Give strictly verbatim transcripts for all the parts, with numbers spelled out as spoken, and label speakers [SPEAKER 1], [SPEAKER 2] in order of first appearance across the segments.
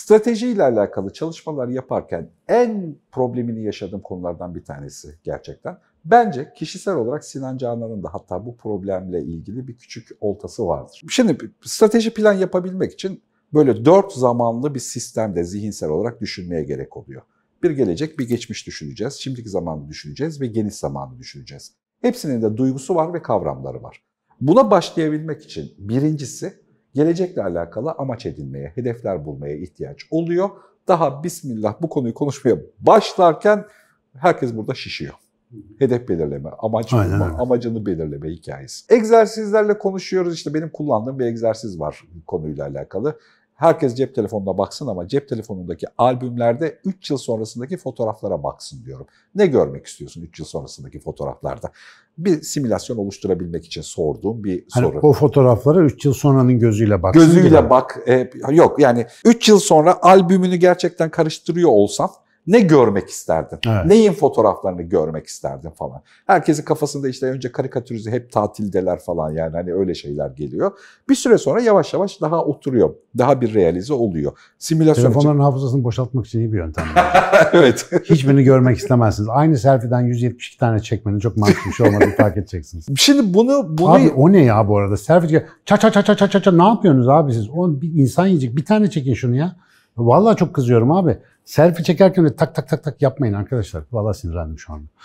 [SPEAKER 1] Stratejiyle alakalı çalışmalar yaparken en problemini yaşadığım konulardan bir tanesi gerçekten. Bence kişisel olarak Sinan Canan'ın da hatta bu problemle ilgili bir küçük oltası vardır. Şimdi strateji plan yapabilmek için böyle dört zamanlı bir sistemde zihinsel olarak düşünmeye gerek oluyor. Bir gelecek, bir geçmiş düşüneceğiz, şimdiki zamanı düşüneceğiz ve geniş zamanı düşüneceğiz. Hepsinin de duygusu var ve kavramları var. Buna başlayabilmek için birincisi gelecekle alakalı amaç edinmeye, hedefler bulmaya ihtiyaç oluyor. Daha bismillah bu konuyu konuşmaya başlarken herkes burada şişiyor. Hedef belirleme, amaç bulma, amacını belirleme hikayesi. Egzersizlerle konuşuyoruz. İşte benim kullandığım bir egzersiz var konuyla alakalı. Herkes cep telefonuna baksın ama cep telefonundaki albümlerde üç yıl sonrasındaki fotoğraflara baksın diyorum. Ne görmek istiyorsun üç yıl sonrasındaki fotoğraflarda? Bir simülasyon oluşturabilmek için sorduğum bir hani soru.
[SPEAKER 2] O fotoğraflara üç yıl sonranın gözüyle baksın.
[SPEAKER 1] Gözüyle gibi. Bak. E, yok yani üç yıl sonra albümünü gerçekten karıştırıyor olsam ne görmek isterdin? Evet. Neyin fotoğraflarını görmek isterdin falan. Herkesin kafasında işte önce karikatürize hep tatildeler falan yani hani öyle şeyler geliyor. Bir süre sonra yavaş yavaş daha oturuyor. Daha bir realize oluyor. Simülasyon
[SPEAKER 2] Telefonların
[SPEAKER 1] için...
[SPEAKER 2] hafızasını boşaltmak için iyi bir yöntem.
[SPEAKER 1] Evet.
[SPEAKER 2] Hiçbirini görmek istemezsiniz. Aynı selfie'den yüz yetmiş iki tane çekmenin çok mantıklı bir şey olmadığını fark edeceksiniz.
[SPEAKER 1] Şimdi bunu... bunu...
[SPEAKER 2] Abi o ne ya bu arada? Selfie ça ça ça ça ça ça ça ne yapıyorsunuz abi siz? O bir insan yiyecek. Bir tane çekin şunu ya. Vallahi çok kızıyorum abi. Selfie çekerken de tak tak tak tak yapmayın arkadaşlar. Vallahi sinirlendim şu anda.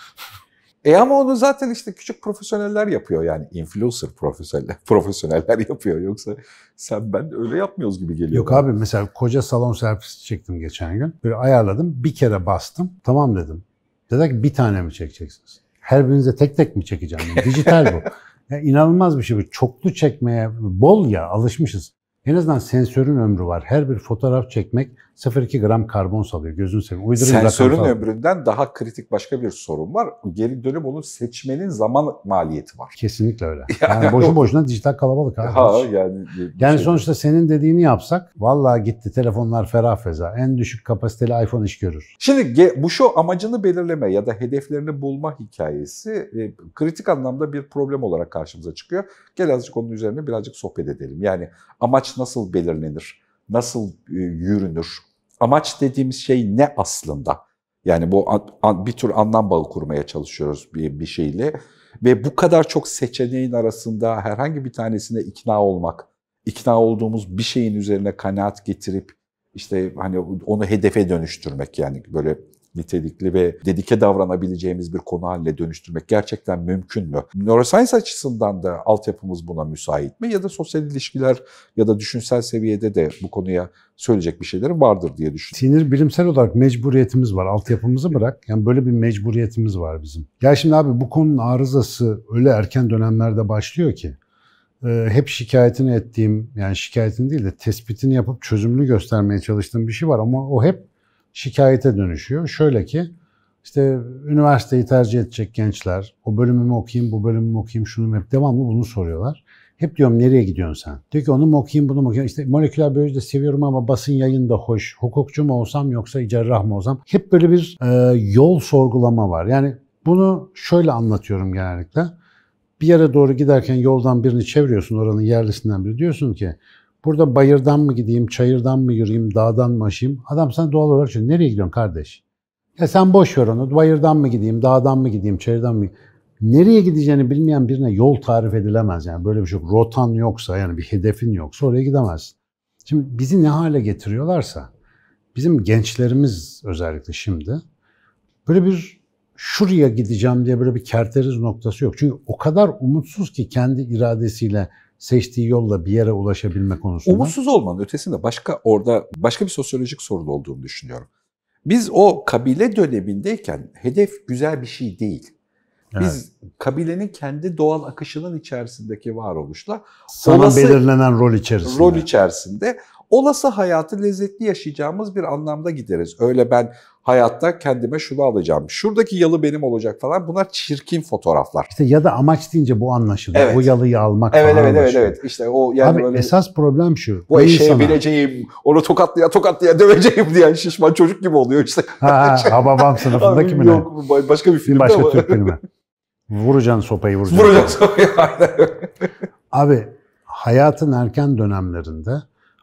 [SPEAKER 1] E ama onu zaten işte küçük profesyoneller yapıyor yani influencer profesyoneller, profesyoneller yapıyor. Yoksa sen ben öyle yapmıyoruz gibi geliyor.
[SPEAKER 2] Yok bana. Abi mesela koca salon selfiesi çektim geçen gün. Böyle ayarladım. Bir kere bastım. Tamam dedim. Dedi ki bir tane mi çekeceksiniz? Her birinize tek tek mi çekeceğim? Yani dijital bu. Yani inanılmaz bir şey bu. Çoklu çekmeye bol ya alışmışız. En azından sensörün ömrü var. Her bir fotoğraf çekmek sıfır virgül iki gram karbon salıyor. Gözünü seveyim. Uydurun
[SPEAKER 1] sensörün ömründen daha kritik başka bir sorun var. Geri dönüp onu seçmenin zaman maliyeti var.
[SPEAKER 2] Kesinlikle öyle. Yani boşu boşuna dijital kalabalık abi.
[SPEAKER 1] Ha, yani
[SPEAKER 2] yani şey... sonuçta senin dediğini yapsak vallahi gitti telefonlar ferah feza. En düşük kapasiteli iPhone iş görür.
[SPEAKER 1] Şimdi bu şu amacını belirleme ya da hedeflerini bulma hikayesi e, kritik anlamda bir problem olarak karşımıza çıkıyor. Gel azıcık onun üzerine birazcık sohbet edelim. Yani amaç nasıl belirlenir? Nasıl e, yürünür? Amaç dediğimiz şey ne aslında? Yani bu an, an, bir tür anlam bağı kurmaya çalışıyoruz bir, bir şeyle. Ve bu kadar çok seçeneğin arasında herhangi bir tanesine ikna olmak, ikna olduğumuz bir şeyin üzerine kanaat getirip işte hani onu hedefe dönüştürmek yani böyle nitelikli ve dedike davranabileceğimiz bir konu haline dönüştürmek gerçekten mümkün mü? Neuroscience açısından da altyapımız buna müsait mi? Ya da sosyal ilişkiler ya da düşünsel seviyede de bu konuya söyleyecek bir şeylerim vardır diye düşünüyorum.
[SPEAKER 2] Sinir bilimsel olarak mecburiyetimiz var. Altyapımızı bırak. Yani böyle bir mecburiyetimiz var bizim. Ya şimdi abi bu konunun arızası öyle erken dönemlerde başlıyor ki e, hep şikayetini ettiğim yani şikayetini değil de tespitini yapıp çözümünü göstermeye çalıştığım bir şey var ama o hep şikayete dönüşüyor. Şöyle ki işte üniversiteyi tercih edecek gençler o bölümümü okuyayım, bu bölümümü okuyayım, şunu hep devamlı bunu soruyorlar. Hep diyorum nereye gidiyorsun sen? Diyor ki onu mu okuyayım, bunu mu okuyayım? İşte moleküler biyoloji de seviyorum ama basın yayın da hoş. Hukukçu mu olsam yoksa cerrah mı olsam? Hep böyle bir e, yol sorgulama var. Yani bunu şöyle anlatıyorum genellikle. Bir yere doğru giderken yoldan birini çeviriyorsun oranın yerlisinden biri. Diyorsun ki burada bayırdan mı gideyim, çayırdan mı yürüyeyim, dağdan mı aşayım? Adam sana doğal olarak diyor, nereye gidiyorsun kardeş? Ya sen boş ver onu, bayırdan mı gideyim, dağdan mı gideyim, çayırdan mı gideyim? Nereye gideceğini bilmeyen birine yol tarif edilemez. Yani böyle bir şey yok. Rotan yoksa, yani bir hedefin yoksa oraya gidemezsin. Şimdi bizi ne hale getiriyorlarsa, bizim gençlerimiz özellikle şimdi, böyle bir şuraya gideceğim diye böyle bir kerteriz noktası yok. Çünkü o kadar umutsuz ki kendi iradesiyle seçtiği yolla bir yere ulaşabilme konusunda.
[SPEAKER 1] Umutsuz olmanın ötesinde başka orada başka bir sosyolojik sorun olduğunu düşünüyorum. Biz o kabile dönemindeyken hedef güzel bir şey değil. Biz evet. kabilenin kendi doğal akışının içerisindeki varoluşla
[SPEAKER 2] sana olası, belirlenen rol içerisinde.
[SPEAKER 1] Rol içerisinde olası hayatı lezzetli yaşayacağımız bir anlamda gideriz. Öyle ben hayatta kendime şunu alacağım, şuradaki yalı benim olacak falan, bunlar çirkin fotoğraflar.
[SPEAKER 2] İşte ya da amaç deyince bu anlaşılıyor. Evet. O yalıyı almak
[SPEAKER 1] evet,
[SPEAKER 2] falan
[SPEAKER 1] evet, evet, evet. İşte o yani
[SPEAKER 2] abi böyle, esas problem şu.
[SPEAKER 1] Bu eşeğe bineceğim, onu tokatlaya tokatlaya döveceğim diyen şişman çocuk gibi oluyor işte.
[SPEAKER 2] Ha, Hababam sınıfındaki mi ne?
[SPEAKER 1] Yok, başka bir film.
[SPEAKER 2] Başka
[SPEAKER 1] ama.
[SPEAKER 2] Türk filmi. Vuracaksın sopayı, vuracaksın.
[SPEAKER 1] Vuracaksın sopayı, aynen.
[SPEAKER 2] Abi hayatın erken dönemlerinde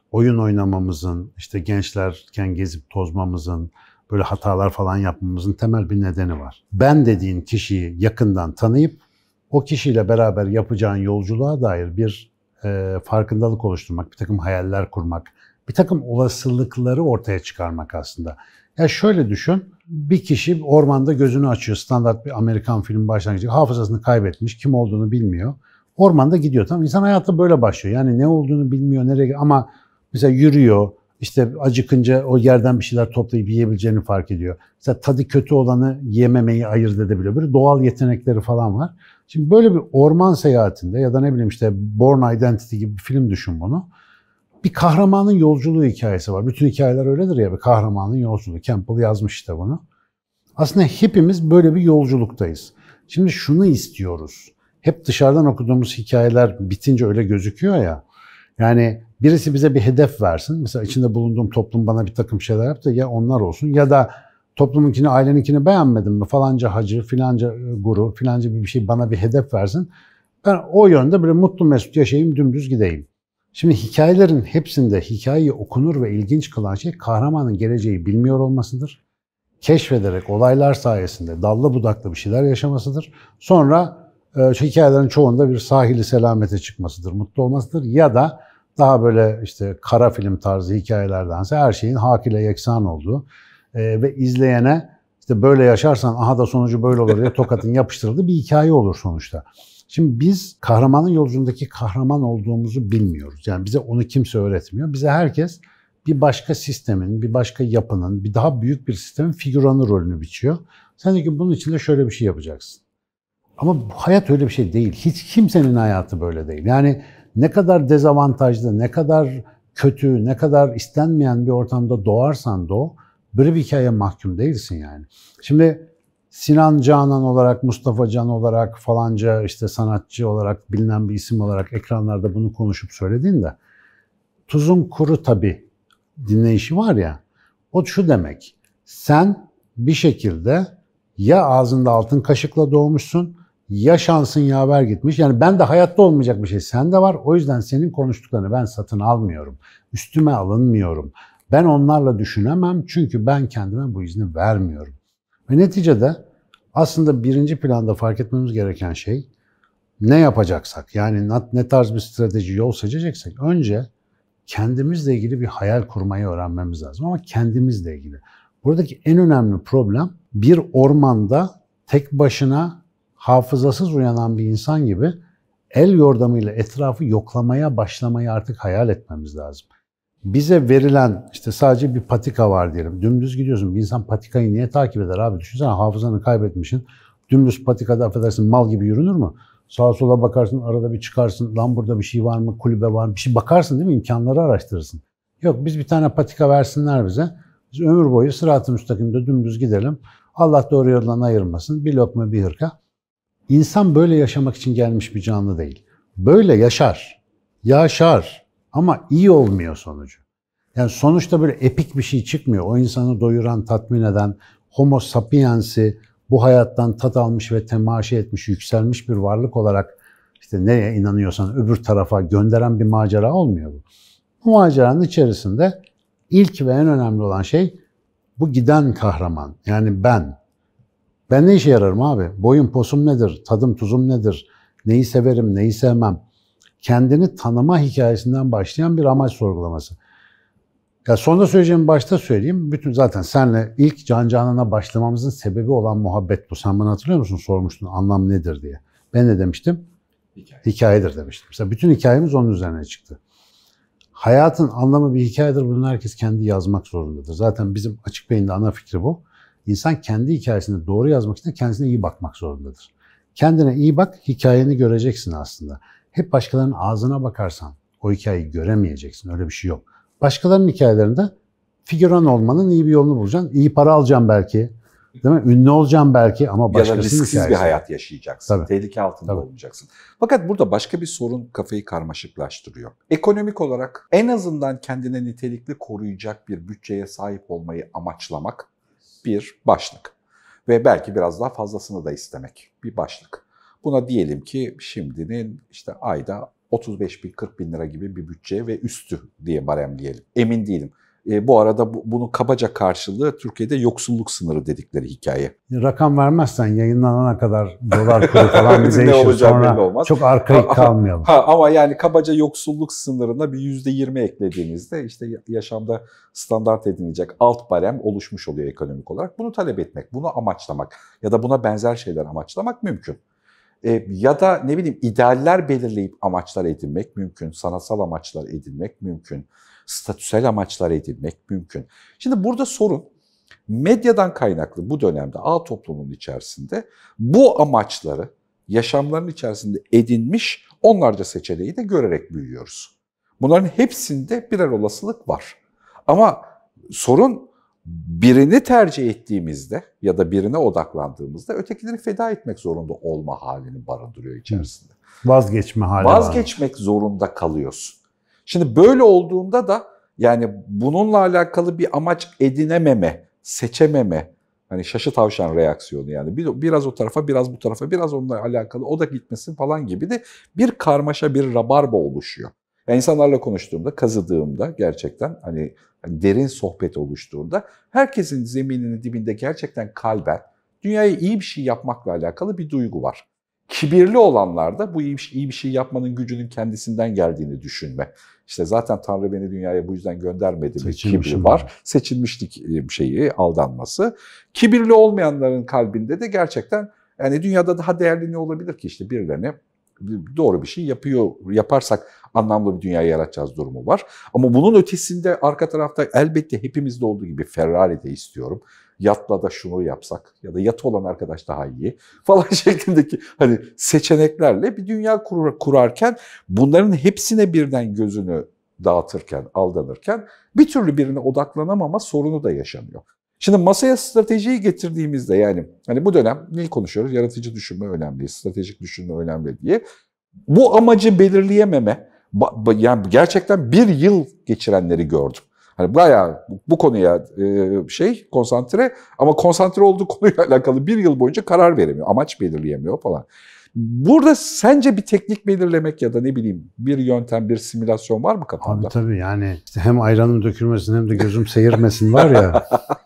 [SPEAKER 2] oyun oynamamızın, işte gençlerken gezip tozmamızın, böyle hatalar falan yapmamızın temel bir nedeni var. Ben dediğin kişiyi yakından tanıyıp o kişiyle beraber yapacağın yolculuğa dair bir e, farkındalık oluşturmak, bir takım hayaller kurmak, bir takım olasılıkları ortaya çıkarmak aslında. Ya şöyle düşün, bir kişi ormanda gözünü açıyor, standart bir Amerikan filmi başlangıcı, hafızasını kaybetmiş, kim olduğunu bilmiyor. Ormanda gidiyor. Tamam, insan hayatta böyle başlıyor. Yani ne olduğunu bilmiyor, nereye ama mesela yürüyor, işte acıkınca o yerden bir şeyler toplayıp yiyebileceğini fark ediyor. Mesela tadı kötü olanı yememeyi ayırt edebiliyor. Böyle doğal yetenekleri falan var. Şimdi böyle bir orman seyahatinde ya da ne bileyim işte Bourne Identity gibi bir film düşün bunu. Bir kahramanın yolculuğu hikayesi var. Bütün hikayeler öyledir ya, bir kahramanın yolculuğu. Campbell yazmış işte bunu. Aslında hepimiz böyle bir yolculuktayız. Şimdi şunu istiyoruz. Hep dışarıdan okuduğumuz hikayeler bitince öyle gözüküyor ya. Yani birisi bize bir hedef versin. Mesela içinde bulunduğum toplum bana bir takım şeyler yaptı. Ya onlar olsun ya da toplumunkini, aileninkini beğenmedim mi? Falanca hacı, filanca guru, filanca bir şey bana bir hedef versin. Ben o yönde böyle mutlu mesut yaşayayım, dümdüz gideyim. Şimdi hikayelerin hepsinde hikayeyi okunur ve ilginç kılan şey kahramanın geleceği bilmiyor olmasıdır. Keşfederek olaylar sayesinde dallı budaklı bir şeyler yaşamasıdır. Sonra e, hikayelerin çoğunda bir sahili selamete çıkmasıdır, mutlu olmasıdır. Ya da daha böyle işte kara film tarzı hikayelerdense her şeyin hak ile yeksan olduğu e, ve izleyene işte böyle yaşarsan aha da sonucu böyle olur diye tokatın yapıştırıldığı bir hikaye olur sonuçta. Şimdi biz kahramanın yolculuğundaki kahraman olduğumuzu bilmiyoruz. Yani bize onu kimse öğretmiyor. Bize herkes bir başka sistemin, bir başka yapının, bir daha büyük bir sistemin figüranı rolünü biçiyor. Sen de ki bunun için de şöyle bir şey yapacaksın. Ama bu hayat öyle bir şey değil. Hiç kimsenin hayatı böyle değil. Yani ne kadar dezavantajlı, ne kadar kötü, ne kadar istenmeyen bir ortamda doğarsan doğ, böyle bir hikayeye mahkum değilsin yani. Şimdi Sinan Canan olarak, Mustafa Can olarak, falanca işte sanatçı olarak, bilinen bir isim olarak ekranlarda bunu konuşup söylediğinde tuzun kuru tabii dinleyişi var ya, o şu demek, sen bir şekilde ya ağzında altın kaşıkla doğmuşsun, ya şansın yaver gitmiş. Yani ben de hayatta olmayacak bir şey sende var. O yüzden senin konuştuklarını ben satın almıyorum. Üstüme alınmıyorum. Ben onlarla düşünemem çünkü ben kendime bu izni vermiyorum. Ve neticede aslında birinci planda fark etmemiz gereken şey ne yapacaksak, yani ne tarz bir strateji, yol seçeceksek önce kendimizle ilgili bir hayal kurmayı öğrenmemiz lazım ama kendimizle ilgili. Buradaki en önemli problem bir ormanda tek başına hafızasız uyanan bir insan gibi el yordamıyla etrafı yoklamaya başlamayı artık hayal etmemiz lazım. Bize verilen işte sadece bir patika var diyelim. Dümdüz gidiyorsun. Bir insan patikayı niye takip eder abi? Düşünsene hafızanı kaybetmişsin. Dümdüz patikada affedersin mal gibi yürünür mü? Sağa sola bakarsın, arada bir çıkarsın. Lan burada bir şey var mı? Kulübe var mı? Bir şey bakarsın değil mi? İmkanları araştırırsın. Yok biz bir tane patika versinler bize. Biz ömür boyu sırat-ı müstakimde dümdüz gidelim. Allah doğru yoldan ayırmasın. Bir lokma bir hırka. İnsan böyle yaşamak için gelmiş bir canlı değil. Böyle yaşar. Yaşar. Ama iyi olmuyor sonucu. Yani sonuçta böyle epik bir şey çıkmıyor. O insanı doyuran, tatmin eden, homo sapiens'i bu hayattan tat almış ve temaşa etmiş, yükselmiş bir varlık olarak işte neye inanıyorsan öbür tarafa gönderen bir macera olmuyor bu. Bu maceranın içerisinde ilk ve en önemli olan şey bu giden kahraman. Yani ben. Ben ne işe yararım abi? Boyum posum nedir? Tadım tuzum nedir? Neyi severim, neyi sevmem? Kendini tanıma hikayesinden başlayan bir amaç sorgulaması. Ya sonunda söyleyeceğim başta söyleyeyim. Bütün zaten senle ilk Can Canan'a başlamamızın sebebi olan muhabbet bu. Sen bana hatırlıyor musun? Sormuştun anlam nedir diye. Ben ne demiştim? Hikaye. Hikayedir demiştim. Mesela bütün hikayemiz onun üzerine çıktı. Hayatın anlamı bir hikayedir. Bunu herkes kendi yazmak zorundadır. Zaten bizim Açık Beyin'de ana fikri bu. İnsan kendi hikayesini doğru yazmak için kendisine iyi bakmak zorundadır. Kendine iyi bak, hikayeni göreceksin aslında. Hep başkalarının ağzına bakarsan o hikayeyi göremeyeceksin. Öyle bir şey yok. Başkalarının hikayelerinde figüran olmanın iyi bir yolunu bulacaksın. İyi para alacaksın belki. Değil mi? Ünlü olacaksın belki ama başkasının hikayesi.
[SPEAKER 1] Ya da risksiz bir hayat yaşayacaksın.
[SPEAKER 2] Tabii.
[SPEAKER 1] Tehlike altında
[SPEAKER 2] Tabii.
[SPEAKER 1] olmayacaksın. Fakat burada başka bir sorun kafayı karmaşıklaştırıyor. Ekonomik olarak en azından kendine nitelikli koruyacak bir bütçeye sahip olmayı amaçlamak bir başlık. Ve belki biraz daha fazlasını da istemek bir başlık. Buna diyelim ki şimdinin işte ayda otuz beş bin kırk bin lira gibi bir bütçe ve üstü diye baremleyelim. Emin değilim. E, bu arada bu, bunun kabaca karşılığı Türkiye'de yoksulluk sınırı dedikleri hikaye.
[SPEAKER 2] Rakam vermezsen yayınlanana kadar dolar kuru falan bir
[SPEAKER 1] Ne
[SPEAKER 2] değişir,
[SPEAKER 1] olacağı belli
[SPEAKER 2] sonra
[SPEAKER 1] olmaz.
[SPEAKER 2] çok arkaik kalmayalım.
[SPEAKER 1] Ha, ama yani kabaca yoksulluk sınırına bir yüzde yirmi eklediğinizde işte yaşamda standart edinilecek alt barem oluşmuş oluyor ekonomik olarak. Bunu talep etmek, bunu amaçlamak ya da buna benzer şeyler amaçlamak mümkün. E, ya da ne bileyim idealler belirleyip amaçlar edinmek mümkün, sanatsal amaçlar edinmek mümkün, statüsel amaçlar edinmek mümkün. Şimdi burada sorun medyadan kaynaklı bu dönemde ağ toplumunun içerisinde bu amaçları yaşamların içerisinde edinmiş onlarca seçeneği de görerek büyüyoruz. Bunların hepsinde birer olasılık var. Ama sorun birini tercih ettiğimizde ya da birine odaklandığımızda ötekileri feda etmek zorunda olma halini barındırıyor içerisinde.
[SPEAKER 2] Vazgeçme hali
[SPEAKER 1] Vazgeçmek var. Zorunda kalıyorsun. Şimdi böyle olduğunda da yani bununla alakalı bir amaç edinememe, seçememe, hani şaşı tavşan reaksiyonu yani bir, biraz o tarafa biraz bu tarafa biraz onunla alakalı o da gitmesin falan gibi de bir karmaşa bir rabarba oluşuyor. Yani insanlarla konuştuğumda, kazıdığımda gerçekten hani, hani derin sohbet oluştuğunda herkesin zemininin dibinde gerçekten kalben dünyaya iyi bir şey yapmakla alakalı bir duygu var. Kibirli olanlarda bu iyi bir, iyi bir şey yapmanın gücünün kendisinden geldiğini düşünme. İşte zaten Tanrı beni dünyaya bu yüzden göndermedi mi kibri var. Seçilmişlik şeyi, aldanması. Kibirli olmayanların kalbinde de gerçekten yani dünyada daha değerli ne olabilir ki işte birilerine doğru bir şey yapıyor yaparsak anlamlı bir dünya yaratacağız durumu var. Ama bunun ötesinde arka tarafta elbette hepimizde olduğu gibi Ferrari'de istiyorum. Yatla da şunu yapsak ya da yatı olan arkadaş daha iyi falan şeklindeki hani seçeneklerle bir dünya kur, kurarken bunların hepsine birden gözünü dağıtırken, aldanırken bir türlü birine odaklanamama sorunu da yaşanıyor. Şimdi masaya stratejiyi getirdiğimizde yani hani bu dönem neyi konuşuyoruz? Yaratıcı düşünme önemli, stratejik düşünme önemli diye. Bu amacı belirleyememe, yani gerçekten bir yıl geçirenleri gördüm. Hani bayağı bu konuya şey konsantre ama konsantre olduğu konuyla alakalı bir yıl boyunca karar veremiyor, amaç belirleyemiyor falan. Burada sence bir teknik belirlemek ya da ne bileyim bir yöntem, bir simülasyon var mı kafanda?
[SPEAKER 2] Abi tabii yani işte hem ayranın dökülmesin hem de gözüm seyirmesin var ya.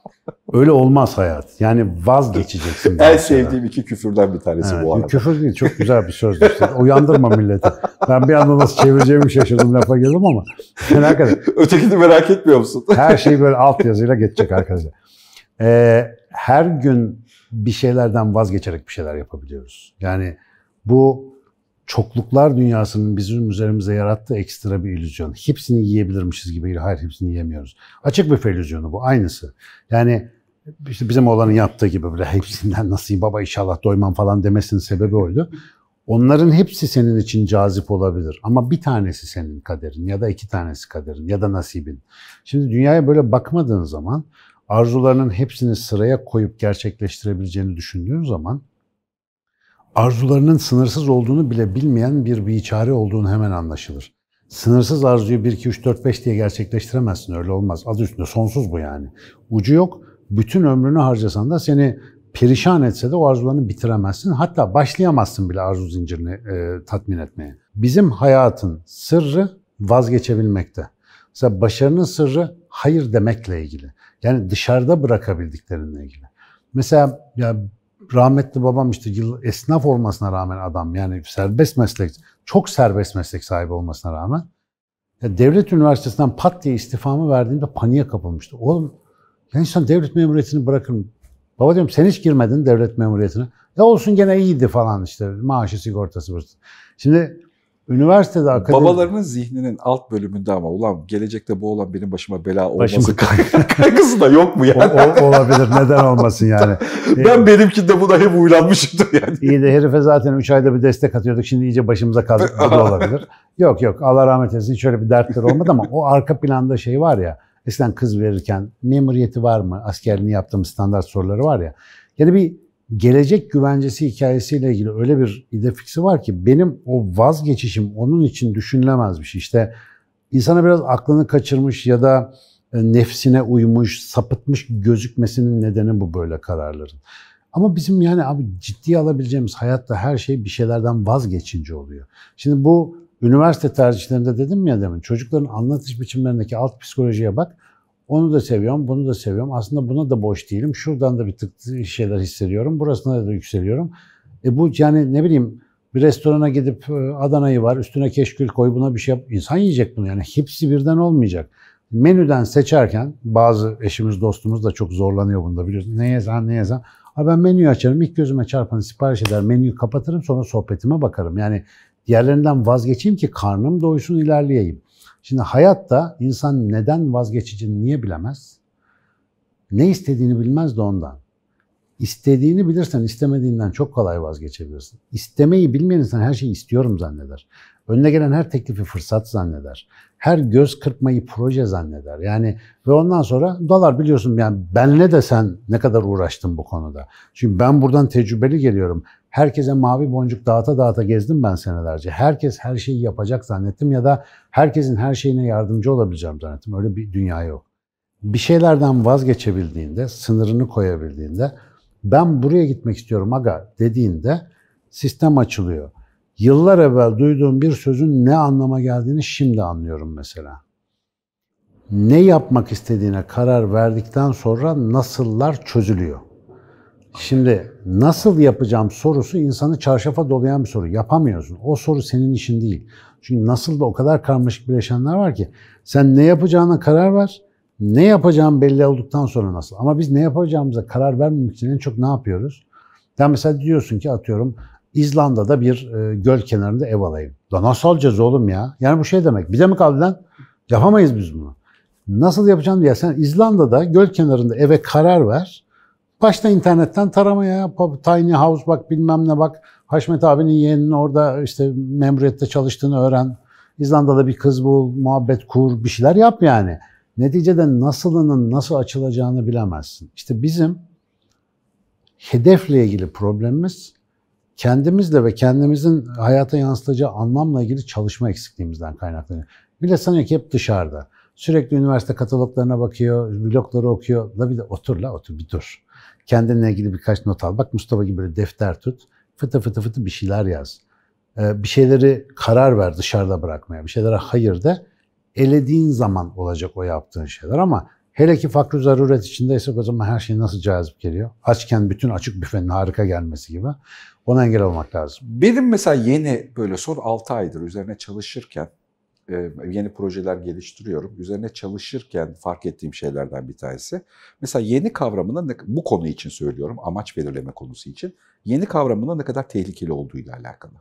[SPEAKER 2] Öyle olmaz hayat. Yani vazgeçeceksin.
[SPEAKER 1] En sevdiğim iki küfürden bir tanesi
[SPEAKER 2] evet,
[SPEAKER 1] bu arada.
[SPEAKER 2] Küfür değil, çok güzel bir sözdür. İşte. Uyandırma milleti. Ben bir anda nasıl çevireceğimi şaşırdım, lafa girdim ama. Hakikaten.
[SPEAKER 1] Ötekini merak etmiyor musun?
[SPEAKER 2] Her şey böyle altyazıyla geçecek arkadaşlar. Ee, her gün bir şeylerden vazgeçerek bir şeyler yapabiliyoruz. Yani bu çokluklar dünyasının bizim üzerimize yarattığı ekstra bir illüzyon. Hepsini yiyebilirmişiz gibi. Hayır, hepsini yiyemiyoruz. Açık büfe illüzyonu bu, aynısı. Yani işte bizim oğlanın yaptığı gibi böyle hepsinden nasıl yiyeyim baba inşallah doymam falan demesinin sebebi oydu. Onların hepsi senin için cazip olabilir ama bir tanesi senin kaderin ya da iki tanesi kaderin ya da nasibin. Şimdi dünyaya böyle bakmadığın zaman arzularının hepsini sıraya koyup gerçekleştirebileceğini düşündüğün zaman arzularının sınırsız olduğunu bile bilmeyen bir biçare olduğunu hemen anlaşılır. Sınırsız arzuyu bir, iki, üç, dört, beş diye gerçekleştiremezsin, öyle olmaz. Adı üstünde sonsuz bu yani. Ucu yok. Bütün ömrünü harcasan da seni perişan etse de o arzularını bitiremezsin. Hatta başlayamazsın bile arzu zincirini e, tatmin etmeye. Bizim hayatın sırrı vazgeçebilmekte. Mesela başarının sırrı hayır demekle ilgili. Yani dışarıda bırakabildiklerinle ilgili. Mesela ya rahmetli babam işte yıl esnaf olmasına rağmen adam yani serbest meslek, çok serbest meslek sahibi olmasına rağmen ya devlet üniversitesinden pat diye istifamı verdiğimde paniğe kapılmıştı. Oğlum ya insan devlet memuriyetini bırakır mı? Baba diyorum sen hiç girmedin devlet memuriyetine. Ya olsun gene iyiydi falan işte maaşı sigortası burası. Şimdi üniversitede akademi...
[SPEAKER 1] Babalarının zihninin alt bölümünde ama ulan gelecekte bu olan benim başıma bela olması Başım... kaygısı da yok mu yani?
[SPEAKER 2] O, o, olabilir neden olmasın yani.
[SPEAKER 1] Ben benimkinde buna hep uylanmışımdır yani.
[SPEAKER 2] İyi de herife zaten üç ayda bir destek atıyorduk şimdi iyice başımıza kaldık. Bu da olabilir. Yok yok Allah rahmet eylesin şöyle bir dertleri olmadı ama o arka planda şey var ya. Eskiden kız verirken memuriyeti var mı? Askerliğini yaptığımız standart soruları var ya. Yani bir gelecek güvencesi hikayesiyle ilgili öyle bir ide fiksi var ki benim o vazgeçişim onun için düşünülemez bir şey. İşte insana biraz aklını kaçırmış ya da nefsine uymuş, sapıtmış gözükmesinin nedeni bu böyle kararların. Ama bizim yani abi ciddiye alabileceğimiz hayatta her şey bir şeylerden vazgeçince oluyor. Şimdi bu Üniversite tercihlerinde dedim ya demin, çocukların anlatış biçimlerindeki alt psikolojiye bak. Onu da seviyorum, bunu da seviyorum. Aslında buna da boş değilim. Şuradan da bir tık şeyler hissediyorum. Burasına da yükseliyorum. E bu yani ne bileyim bir restorana gidip Adana'yı var, üstüne keşkül koy, buna bir şey yap. İnsan yiyecek bunu yani. Hepsi birden olmayacak. Menüden seçerken bazı eşimiz, dostumuz da çok zorlanıyor bunda biliyorsun. Ne yesen, ne yesen. Ha ben menüyü açarım, ilk gözüme çarpanı sipariş eder, menüyü kapatırım, sonra sohbetime bakarım. Yani diğerlerinden vazgeçeyim ki karnım doysun, ilerleyeyim. Şimdi hayatta insan neden vazgeçeceğini niye bilemez? Ne istediğini bilmez de ondan. İstediğini bilirsen istemediğinden çok kolay vazgeçebilirsin. İstemeyi bilmeyen insan her şeyi istiyorum zanneder. Önüne gelen her teklifi fırsat zanneder. Her göz kırpmayı proje zanneder. Yani ve ondan sonra dalar biliyorsun yani benle de sen ne kadar uğraştın bu konuda. Çünkü ben buradan tecrübeli geliyorum. Herkese mavi boncuk dağıta dağıta gezdim ben senelerce. Herkes her şeyi yapacak zannettim ya da herkesin her şeyine yardımcı olabileceğim zannettim. Öyle bir dünya yok. Bir şeylerden vazgeçebildiğinde, sınırını koyabildiğinde ben buraya gitmek istiyorum aga dediğinde sistem açılıyor. Yıllar evvel duyduğum bir sözün ne anlama geldiğini şimdi anlıyorum mesela. Ne yapmak istediğine karar verdikten sonra nasıllar çözülüyor. Şimdi nasıl yapacağım sorusu insanı çarşafa dolayan bir soru. Yapamıyorsun. O soru senin işin değil. Çünkü nasıl da o kadar karmaşık bileşenler var ki. Sen ne yapacağına karar ver. Ne yapacağın belli olduktan sonra nasıl. Ama biz ne yapacağımıza karar vermemek için en çok ne yapıyoruz? Yani mesela diyorsun ki atıyorum İzlanda'da bir e, göl kenarında ev alayım. Da nasıl alacağız oğlum ya? Yani bu şey demek. Bize mi kaldı lan? Yapamayız biz bunu. Nasıl yapacağını diye sen İzlanda'da göl kenarında eve karar ver. Başta internetten taramaya yap. Tiny house bak bilmem ne bak. Haşmet abinin yeğeninin orada işte memuriyette çalıştığını öğren. İzlanda'da bir kız bul, muhabbet kur, bir şeyler yap yani. Neticede nasılının nasıl açılacağını bilemezsin. İşte bizim hedefle ilgili problemimiz kendimizle ve kendimizin hayata yansıtacağı anlamla ilgili çalışma eksikliğimizden kaynaklanıyor. Bile sanıyor ki hep dışarıda. Sürekli üniversite kataloglarına bakıyor, blogları okuyor. La bir de otur la otur bir dur. Kendinle ilgili birkaç not al. Bak Mustafa gibi böyle defter tut. Fıtı fıtı fıtı bir şeyler yaz. Ee, bir şeyleri karar ver dışarıda bırakmaya. Bir şeylere hayır de. Elediğin zaman olacak o yaptığın şeyler ama hele ki fakr-ı zaruret içindeysek o zaman her şey nasıl cazip geliyor. Açken bütün açık büfenin harika gelmesi gibi. Ona engel olmak lazım.
[SPEAKER 1] Benim mesela yeni böyle son altı aydır üzerine çalışırken, yeni projeler geliştiriyorum. Üzerine çalışırken fark ettiğim şeylerden bir tanesi. Mesela yeni kavramının, bu konu için söylüyorum, amaç belirleme konusu için, yeni kavramının ne kadar tehlikeli olduğuyla alakalı.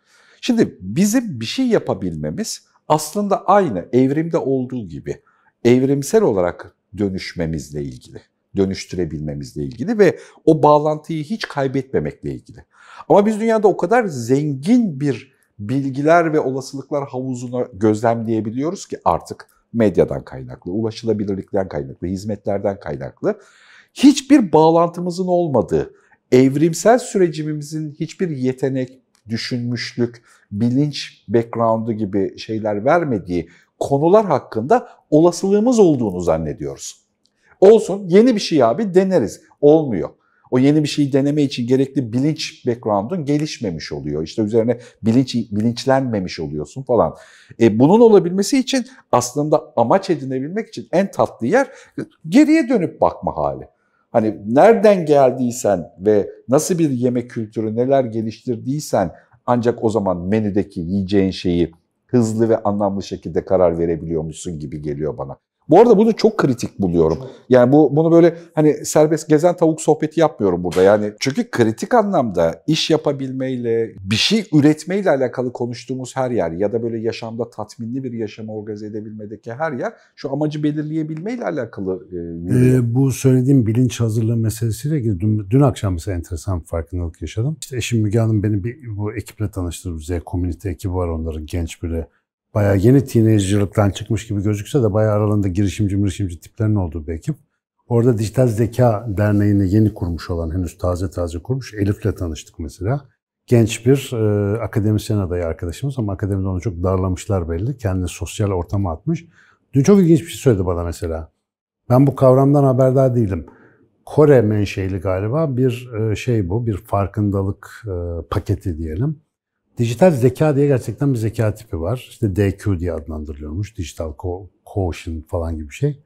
[SPEAKER 1] Şimdi bizim bir şey yapabilmemiz aslında aynı evrimde olduğu gibi evrimsel olarak dönüşmemizle ilgili, dönüştürebilmemizle ilgili ve o bağlantıyı hiç kaybetmemekle ilgili. Ama biz dünyada o kadar zengin bir bilgiler ve olasılıklar havuzunu gözlemleyebiliyoruz ki artık medyadan kaynaklı, ulaşılabilirlikten kaynaklı, hizmetlerden kaynaklı hiçbir bağlantımızın olmadığı, evrimsel sürecimizin hiçbir yetenek, düşünmüşlük, bilinç background'u gibi şeyler vermediği konular hakkında olasılığımız olduğunu zannediyoruz. Olsun, yeni bir şey abi deneriz. Olmuyor. O yeni bir şeyi deneme için gerekli bilinç background'un gelişmemiş oluyor. İşte üzerine bilinç bilinçlenmemiş oluyorsun falan. E, bunun olabilmesi için aslında amaç edinebilmek için en tatlı yer geriye dönüp bakma hali. Hani nereden geldiysen ve nasıl bir yemek kültürü, neler geliştirdiysen ancak o zaman menüdeki yiyeceğin şeyi hızlı ve anlamlı şekilde karar verebiliyormuşsun gibi geliyor bana. Bu arada bunu çok kritik buluyorum. Yani bu bunu böyle hani serbest gezen tavuk sohbeti yapmıyorum burada. Yani çünkü kritik anlamda iş yapabilmeyle, bir şey üretmeyle alakalı konuştuğumuz her yer ya da böyle yaşamda tatminli bir yaşamı organize edebilmedeki her yer şu amacı belirleyebilmeyle alakalı e, yürüyor.
[SPEAKER 2] Ee, bu söylediğim bilinç hazırlığı meselesiyle ilgili dün, dün akşam mesela enteresan bir farkındalık yaşadım. İşte eşim Müge Hanım beni bir, bu ekiple tanıştırdı. Z Community ekibi var, onların genç böyle bayağı yeni teenager'lıktan çıkmış gibi gözükse de bayağı aralarında girişimci girişimci tiplerin olduğu bir ekip. Orada Dijital Zeka Derneği'ni yeni kurmuş olan, henüz taze taze kurmuş Elif'le tanıştık mesela. Genç bir e, akademisyen adayı arkadaşımız ama akademide onu çok darlamışlar belli. Kendini sosyal ortama atmış. Dün çok ilginç bir şey söyledi bana mesela. Ben bu kavramdan haberdar değilim. Kore menşeli galiba bir e, şey bu, bir farkındalık e, paketi diyelim. Dijital zeka diye gerçekten bir zeka tipi var. İşte D Q diye adlandırılıyormuş. Digital Quotient falan gibi bir şey.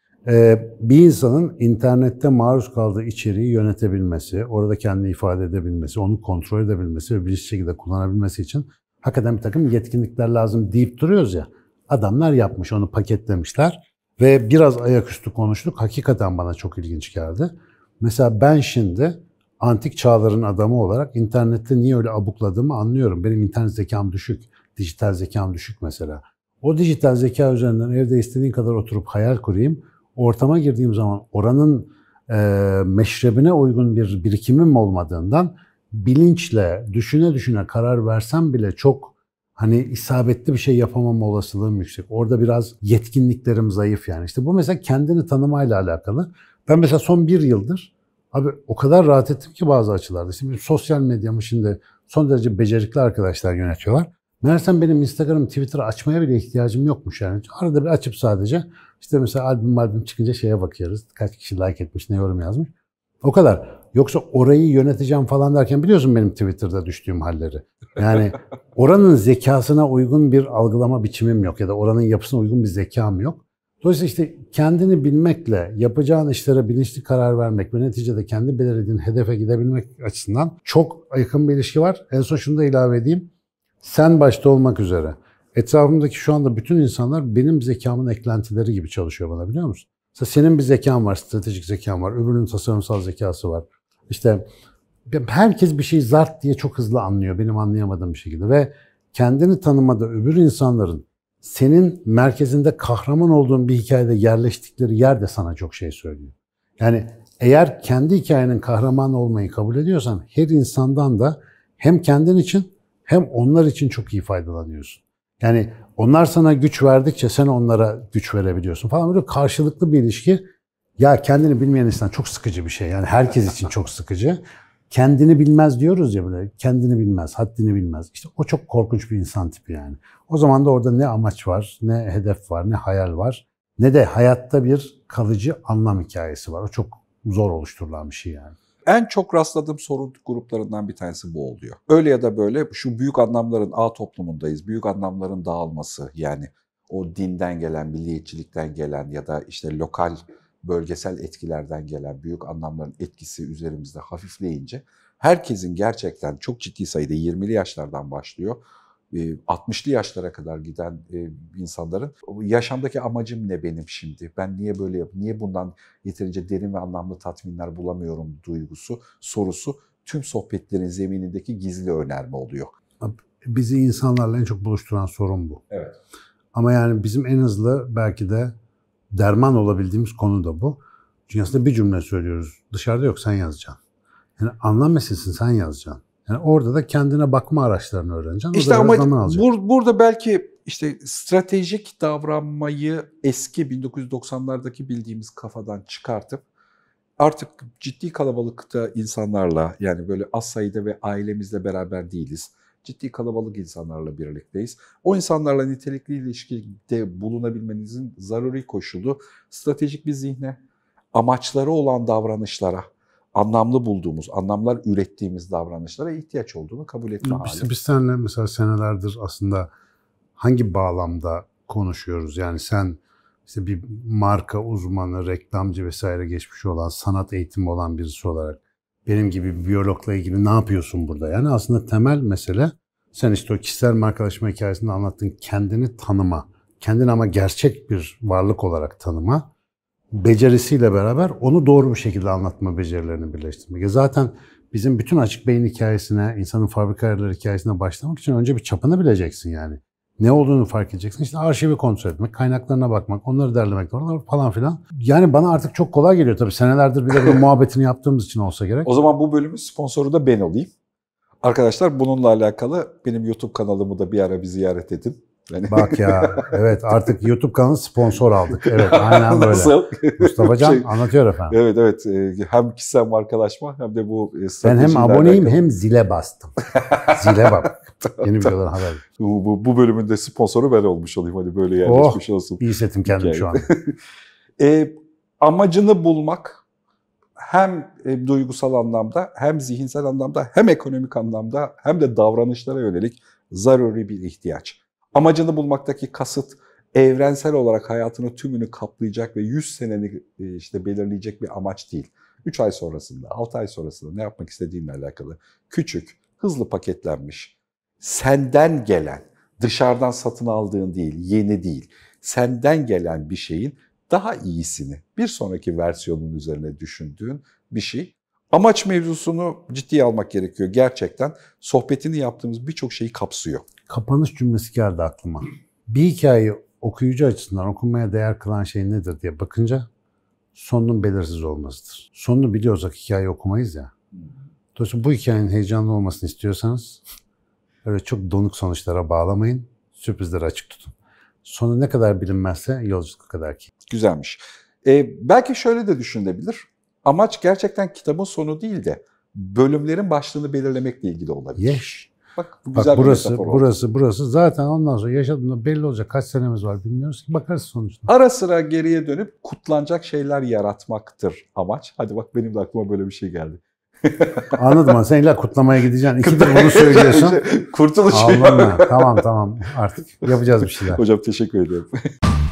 [SPEAKER 2] Ee, bir insanın internette maruz kaldığı içeriği yönetebilmesi, orada kendini ifade edebilmesi, onu kontrol edebilmesi ve bir şekilde kullanabilmesi için hakikaten bir takım yetkinlikler lazım deyip duruyoruz ya. Adamlar yapmış, onu paketlemişler ve biraz ayaküstü konuştuk. Hakikaten bana çok ilginç geldi. Mesela ben şimdi antik çağların adamı olarak internette niye öyle abukladığımı anlıyorum. Benim internet zekam düşük, dijital zekam düşük mesela. O dijital zeka üzerinden evde istediğin kadar oturup hayal kurayım. Ortama girdiğim zaman oranın e, meşrebine uygun bir birikimim olmadığından bilinçle, düşüne düşüne karar versem bile çok hani isabetli bir şey yapamama olasılığım yüksek. Orada biraz yetkinliklerim zayıf yani. İşte bu mesela kendini tanımayla alakalı. Ben mesela son bir yıldır abi o kadar rahat ettim ki bazı açılarda. Şimdi sosyal medyamı şimdi son derece becerikli arkadaşlar yönetiyorlar. Meğersem benim Instagram, Twitter'ı açmaya bile ihtiyacım yokmuş yani. Arada bir açıp sadece işte mesela albüm albüm çıkınca şeye bakıyoruz. Kaç kişi like etmiş, ne yorum yazmış. O kadar. Yoksa orayı yöneteceğim falan derken biliyorsun benim Twitter'da düştüğüm halleri. Yani oranın zekasına uygun bir algılama biçimim yok ya da oranın yapısına uygun bir zekam yok. Dolayısıyla işte kendini bilmekle yapacağın işlere bilinçli karar vermek ve neticede kendi belirlediğin hedefe gidebilmek açısından çok yakın bir ilişki var. En son şunu da ilave edeyim. Sen başta olmak üzere etrafımdaki şu anda bütün insanlar benim zekamın eklentileri gibi çalışıyor bana, biliyor musun? Mesela senin bir zekan var, stratejik zekan var, öbürünün tasarımsal zekası var. İşte herkes bir şeyi zart diye çok hızlı anlıyor benim anlayamadığım bir şekilde ve kendini tanımada öbür insanların senin merkezinde kahraman olduğun bir hikayede yerleştikleri yer de sana çok şey söylüyor. Yani eğer kendi hikayenin kahramanı olmayı kabul ediyorsan her insandan da hem kendin için hem onlar için çok iyi faydalanıyorsun. Yani onlar sana güç verdikçe sen onlara güç verebiliyorsun falan. Böyle karşılıklı bir ilişki. Ya kendini bilmeyen insan çok sıkıcı bir şey. Yani herkes için çok sıkıcı. Kendini bilmez diyoruz ya böyle. Kendini bilmez, haddini bilmez. İşte o çok korkunç bir insan tipi yani. O zaman da orada ne amaç var, ne hedef var, ne hayal var, ne de hayatta bir kalıcı anlam hikayesi var. O çok zor oluşturulan bir şey yani.
[SPEAKER 1] En çok rastladığım sorun gruplarından bir tanesi bu oluyor. Öyle ya da böyle şu büyük anlamların A toplumundayız. Büyük anlamların dağılması, yani o dinden gelen, milliyetçilikten gelen ya da işte lokal, bölgesel etkilerden gelen büyük anlamların etkisi üzerimizde hafifleyince herkesin gerçekten çok ciddi sayıda yirmili yaşlardan başlıyor, altmışlı yaşlara kadar giden insanların yaşamdaki amacım ne benim şimdi? Ben niye böyle yapıyorum? Niye bundan yeterince derin ve anlamlı tatminler bulamıyorum duygusu, sorusu tüm sohbetlerin zeminindeki gizli önerme oluyor.
[SPEAKER 2] Bizi insanlarla en çok buluşturan sorun bu.
[SPEAKER 1] Evet.
[SPEAKER 2] Ama yani bizim en hızlı belki de derman olabildiğimiz konu da bu. Çünkü aslında bir cümle söylüyoruz. Dışarıda yok, sen yazacaksın. Yani anlam meselesini sen yazacaksın. Yani orada da kendine bakma araçlarını öğreneceksin.
[SPEAKER 1] İşte ama bur- burada belki işte stratejik davranmayı eski bin dokuz yüz doksanlardaki bildiğimiz kafadan çıkartıp artık ciddi kalabalıkta insanlarla, yani böyle az sayıda ve ailemizle beraber değiliz. Ciddi kalabalık insanlarla birlikteyiz. O insanlarla nitelikli ilişkide bulunabilmenizin zaruri koşulu stratejik bir zihne, amaçları olan davranışlara, anlamlı bulduğumuz, anlamlar ürettiğimiz davranışlara ihtiyaç olduğunu kabul etme hali.
[SPEAKER 2] Biz, biz seninle mesela senelerdir aslında hangi bağlamda konuşuyoruz? Yani sen işte bir marka uzmanı, reklamcı vesaire geçmiş olan, sanat eğitimi olan birisi olarak benim gibi bir biyologla ilgili ne yapıyorsun burada? Yani aslında temel mesele sen işte o kişisel markalaşma hikayesinde anlattığın kendini tanıma, kendini ama gerçek bir varlık olarak tanıma becerisiyle beraber onu doğru bir şekilde anlatma becerilerini birleştirmek. Zaten bizim bütün açık beyin hikayesine, insanın fabrika ayarları hikayesine başlamak için önce bir çapını bileceksin yani. Ne olduğunu fark edeceksin. İşte arşivi kontrol etmek, kaynaklarına bakmak, onları derlemek falan filan. Yani bana artık çok kolay geliyor tabii. Senelerdir bile bunun muhabbetini yaptığımız için olsa gerek.
[SPEAKER 1] O zaman bu bölümün sponsoru da ben olayım. Arkadaşlar bununla alakalı benim YouTube kanalımı da bir ara bir ziyaret edin. Yani...
[SPEAKER 2] Bak ya, evet artık YouTube kanalı sponsor aldık. Evet, aynen böyle. Nasıl? Mustafa Can şey, anlatıyor efendim.
[SPEAKER 1] Evet evet, hem kişisel markalaşma hem de bu
[SPEAKER 2] ben hem aboneyim alakalı. Hem zile bastım. Zile bak. Yeni videodan haber.
[SPEAKER 1] Bu, bu, bu bölümün de sponsoru ben olmuş olayım. Hadi böyle yerleşmiş
[SPEAKER 2] oh,
[SPEAKER 1] olsun.
[SPEAKER 2] İyi hissettim kendimi şu an.
[SPEAKER 1] e, amacını bulmak hem e, duygusal anlamda, hem zihinsel anlamda, hem ekonomik anlamda, hem de davranışlara yönelik zaruri bir ihtiyaç. Amacını bulmaktaki kasıt evrensel olarak hayatını tümünü kaplayacak ve yüz seneni e, işte belirleyecek bir amaç değil. üç ay sonrasında, altı ay sonrasında ne yapmak istediğinle alakalı küçük, hızlı paketlenmiş, senden gelen, dışarıdan satın aldığın değil, yeni değil, senden gelen bir şeyin daha iyisini, bir sonraki versiyonun üzerine düşündüğün bir şey. Amaç mevzusunu ciddiye almak gerekiyor gerçekten. Sohbetini yaptığımız birçok şeyi kapsıyor.
[SPEAKER 2] Kapanış cümlesi geldi aklıma. Bir hikayeyi okuyucu açısından okunmaya değer kılan şey nedir diye bakınca sonunun belirsiz olmasıdır. Sonunu biliyorsak hikayeyi okumayız ya. Dolayısıyla bu hikayenin heyecanlı olmasını istiyorsanız öyle çok donuk sonuçlara bağlamayın. Sürprizleri açık tutun. Sonu ne kadar bilinmezse yolculuk kadar ki.
[SPEAKER 1] Güzelmiş. Ee, belki şöyle de düşünülebilir. Amaç gerçekten kitabın sonu değil de bölümlerin başlığını belirlemekle ilgili olabilir.
[SPEAKER 2] Yes.
[SPEAKER 1] Bak bu
[SPEAKER 2] Bak
[SPEAKER 1] güzel
[SPEAKER 2] burası,
[SPEAKER 1] bir metafor oldu.
[SPEAKER 2] burası, burası. Zaten ondan sonra yaşadığında belli olacak. Kaç senemiz var bilmiyoruz ki. Bakarız sonuçta.
[SPEAKER 1] Ara sıra geriye dönüp kutlanacak şeyler yaratmaktır amaç. Hadi bak benim de aklıma böyle bir şey geldi.
[SPEAKER 2] Anladım ama sen illa kutlamaya gideceksin. İkidir bunu söylüyorsun.
[SPEAKER 1] Kurtuluş.
[SPEAKER 2] Allah'ım. Tamam tamam artık yapacağız bir şeyler.
[SPEAKER 1] Hocam teşekkür ederim.